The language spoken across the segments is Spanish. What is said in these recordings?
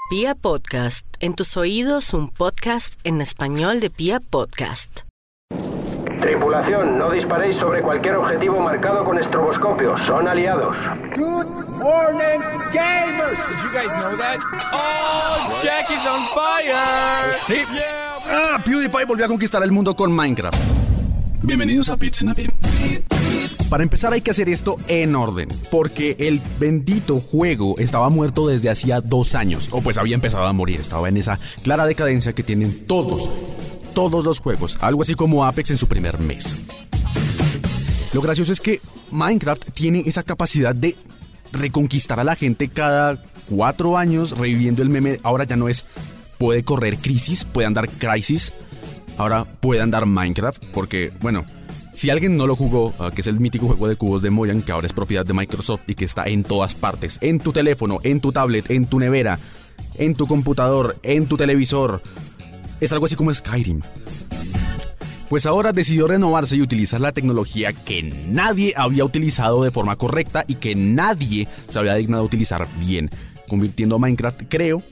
Pia Podcast, en tus oídos un podcast en español de Pia Podcast. Tripulación, no disparéis sobre cualquier objetivo marcado con estroboscopios, son aliados. Good morning, gamers! Did you guys know that? Oh, Jack is on fire! Sí. PewDiePie volvió a conquistar el mundo con Minecraft. Bienvenidos a Pits in a Pit. Para empezar hay que hacer esto en orden, porque el bendito juego estaba muerto desde hacía 2 años, o pues había empezado a morir, estaba en esa clara decadencia que tienen todos los juegos, algo así como Apex en su primer mes. Lo gracioso es que Minecraft tiene esa capacidad de reconquistar a la gente cada 4 años, reviviendo el meme. Ahora ya no es puede correr Crisis, puede andar Crysis, ahora puede andar Minecraft, porque bueno, si alguien no lo jugó, que es el mítico juego de cubos de Mojang, que ahora es propiedad de Microsoft y que está en todas partes, en tu teléfono, en tu tablet, en tu nevera, en tu computador, en tu televisor, es algo así como Skyrim. Pues ahora decidió renovarse y utilizar la tecnología que nadie había utilizado de forma correcta y que nadie se había dignado a utilizar bien, convirtiendo a Minecraft,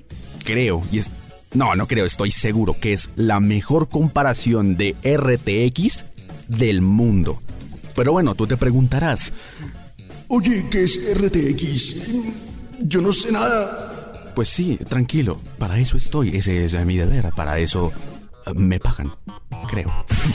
estoy seguro que es la mejor comparación de RTX del mundo. Pero bueno, tú te preguntarás, oye, ¿qué es RTX? Yo no sé nada. Pues sí, tranquilo, para eso estoy, ese es mi deber, para eso me pagan, creo.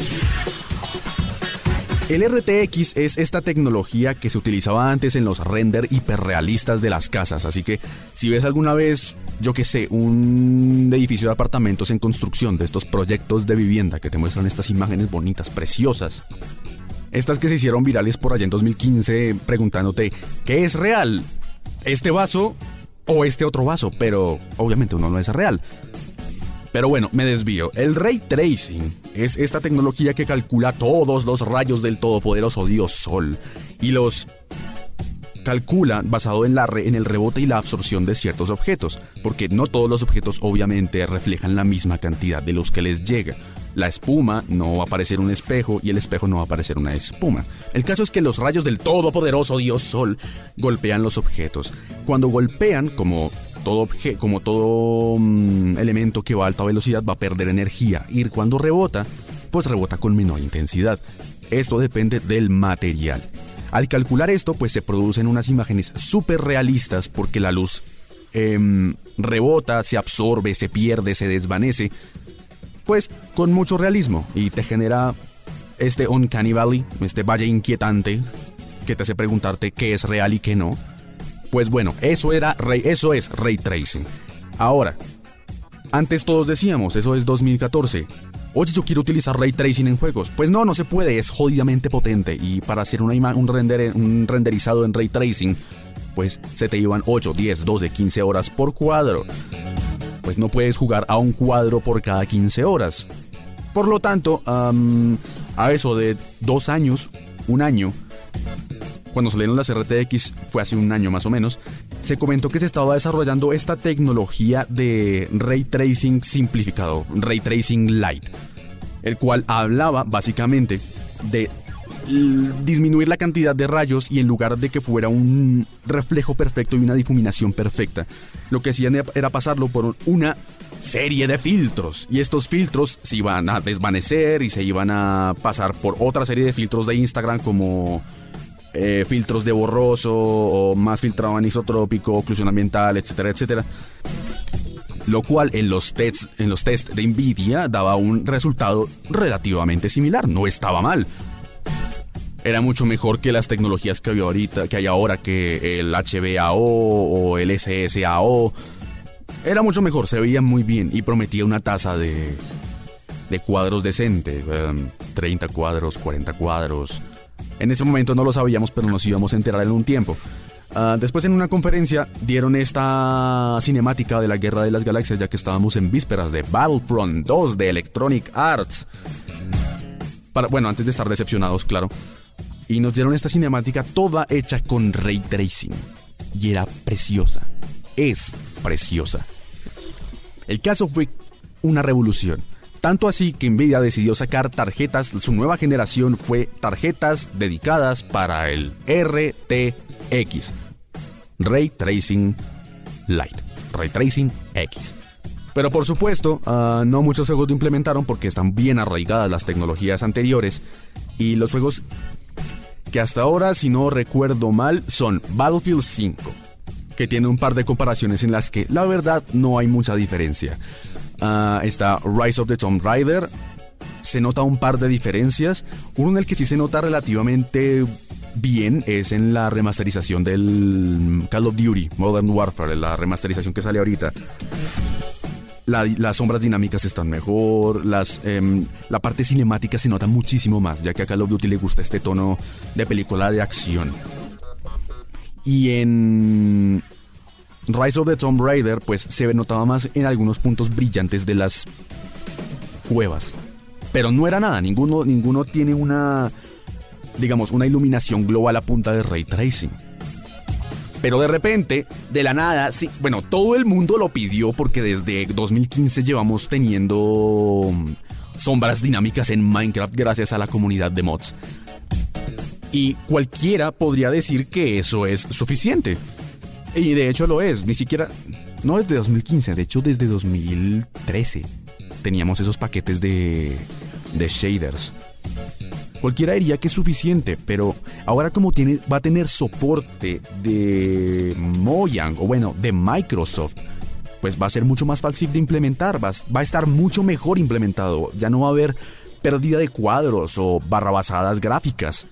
El RTX es esta tecnología que se utilizaba antes en los render hiperrealistas de las casas, así que si ves alguna vez, yo qué sé, un edificio de apartamentos en construcción, de estos proyectos de vivienda que te muestran estas imágenes bonitas, preciosas, estas que se hicieron virales por allá en 2015 preguntándote, ¿qué es real? ¿Este vaso o este otro vaso? Pero obviamente uno no es real. Pero bueno, me desvío. El Ray Tracing es esta tecnología que calcula todos los rayos del todopoderoso Dios Sol y los calcula basado en el rebote y la absorción de ciertos objetos, porque no todos los objetos obviamente reflejan la misma cantidad de luz que les llega. La espuma no va a parecer un espejo y el espejo no va a parecer una espuma. El caso es que los rayos del todopoderoso Dios Sol golpean los objetos. Cuando golpean, como todo elemento que va a alta velocidad va a perder energía, y cuando rebota, pues rebota con menor intensidad. Esto depende del material. Al calcular esto, pues se producen unas imágenes súper realistas porque la luz rebota, se absorbe, se pierde, se desvanece, pues con mucho realismo, y te genera este Uncanny Valley, este valle inquietante que te hace preguntarte qué es real y qué no. Pues bueno, eso es Ray Tracing. Ahora, antes todos decíamos, eso es 2014. Oye, yo quiero utilizar Ray Tracing en juegos. Pues no se puede, es jodidamente potente. Y para hacer un renderizado en Ray Tracing, pues se te iban 8, 10, 12, 15 horas por cuadro. Pues no puedes jugar a un cuadro por cada 15 horas. Por lo tanto, a eso de 2 años, 1 año, cuando salieron las RTX, fue hace 1 año más o menos, se comentó que se estaba desarrollando esta tecnología de Ray Tracing simplificado, Ray Tracing Light, el cual hablaba básicamente de disminuir la cantidad de rayos y en lugar de que fuera un reflejo perfecto y una difuminación perfecta, lo que hacían era pasarlo por una serie de filtros, y estos filtros se iban a desvanecer y se iban a pasar por otra serie de filtros de Instagram como filtros de borroso o más filtrado anisotrópico, oclusión ambiental, etcétera, etcétera. Lo cual en los tests de Nvidia daba un resultado relativamente similar, no estaba mal. Era mucho mejor que las tecnologías que hay ahora, que el HBAO o el SSAO. Era mucho mejor, se veía muy bien y prometía una tasa de cuadros decente, 30 cuadros, 40 cuadros. En ese momento no lo sabíamos, pero nos íbamos a enterar en un tiempo. Después en una conferencia dieron esta cinemática de la Guerra de las Galaxias, ya que estábamos en vísperas de Battlefront 2 de Electronic Arts. Antes de estar decepcionados, claro. Y nos dieron esta cinemática toda hecha con Ray Tracing. Y era preciosa. Es preciosa. El caso fue una revolución. Tanto así que Nvidia decidió sacar tarjetas, su nueva generación fue tarjetas dedicadas para el RTX, Ray Tracing Light. Ray Tracing X. Pero por supuesto, no muchos juegos lo implementaron porque están bien arraigadas las tecnologías anteriores. Y los juegos que hasta ahora, si no recuerdo mal, son Battlefield 5, que tiene un par de comparaciones en las que la verdad no hay mucha diferencia. Está Rise of the Tomb Raider, se nota un par de diferencias. Uno en el que sí se nota relativamente bien es en la remasterización del Call of Duty Modern Warfare, la remasterización que sale ahorita. Las sombras dinámicas están mejor, la parte cinemática se nota muchísimo más, ya que a Call of Duty le gusta este tono de película de acción. Y en Rise of the Tomb Raider, pues se notaba más en algunos puntos brillantes de las cuevas. Pero no era nada, ninguno tiene una iluminación global a punta de Ray Tracing. Pero de repente, de la nada, sí, bueno, todo el mundo lo pidió porque desde 2015 llevamos teniendo sombras dinámicas en Minecraft gracias a la comunidad de mods. Y cualquiera podría decir que eso es suficiente. Y de hecho lo es, no desde 2015, de hecho desde 2013 teníamos esos paquetes de shaders. Cualquiera diría que es suficiente, pero ahora como va a tener soporte de Mojang, o bueno, de Microsoft, pues va a ser mucho más fácil de implementar, va a estar mucho mejor implementado, ya no va a haber pérdida de cuadros o barrabasadas gráficas.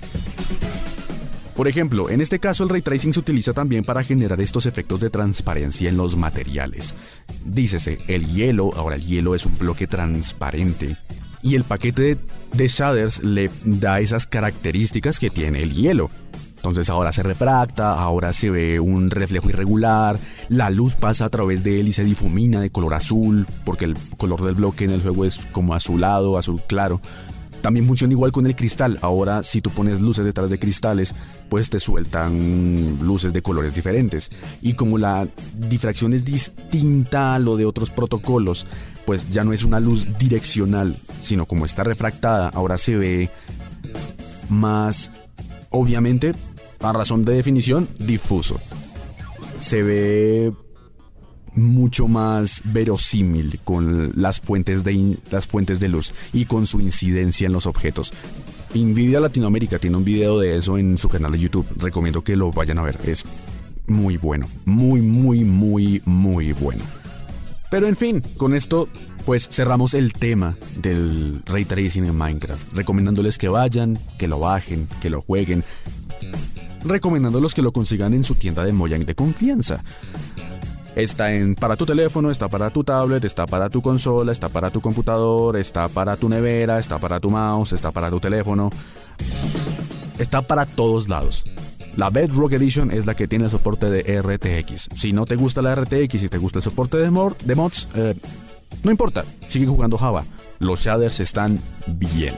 Por ejemplo, en este caso el Ray Tracing se utiliza también para generar estos efectos de transparencia en los materiales. Dícese, ahora el hielo es un bloque transparente. Y el paquete de shaders le da esas características que tiene el hielo. Entonces ahora se refracta, ahora se ve un reflejo irregular, la luz pasa a través de él y se difumina de color azul, porque el color del bloque en el juego es como azulado, azul claro. También funciona igual con el cristal. Ahora si tú pones luces detrás de cristales, pues te sueltan luces de colores diferentes. Y como la difracción es distinta a lo de otros protocolos, pues ya no es una luz direccional, sino como está refractada, ahora se ve más, obviamente, a razón de definición, difuso. Se ve mucho más verosímil con las fuentes de luz y con su incidencia en los objetos. Nvidia Latinoamérica tiene un video de eso en su canal de YouTube. Recomiendo que lo vayan a ver. Es muy bueno. Muy, muy, muy, muy bueno. Pero en fin, con esto pues cerramos el tema del Ray Tracing en Minecraft. Recomendándoles que vayan, que lo bajen, que lo jueguen. Recomendándolos que lo consigan en su tienda de Mojang de confianza. Está para tu teléfono, está para tu tablet, está para tu consola, está para tu computador, está para tu nevera, está para tu mouse, está para tu teléfono. Está para todos lados. La Bedrock Edition es la que tiene el soporte de RTX. Si no te gusta la RTX y te gusta el soporte de mods, no importa, sigue jugando Java. Los shaders están bien.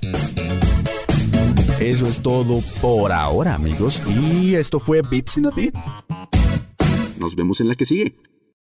Eso es todo por ahora, amigos. Y esto fue Bits in a Bit. Nos vemos en la que sigue.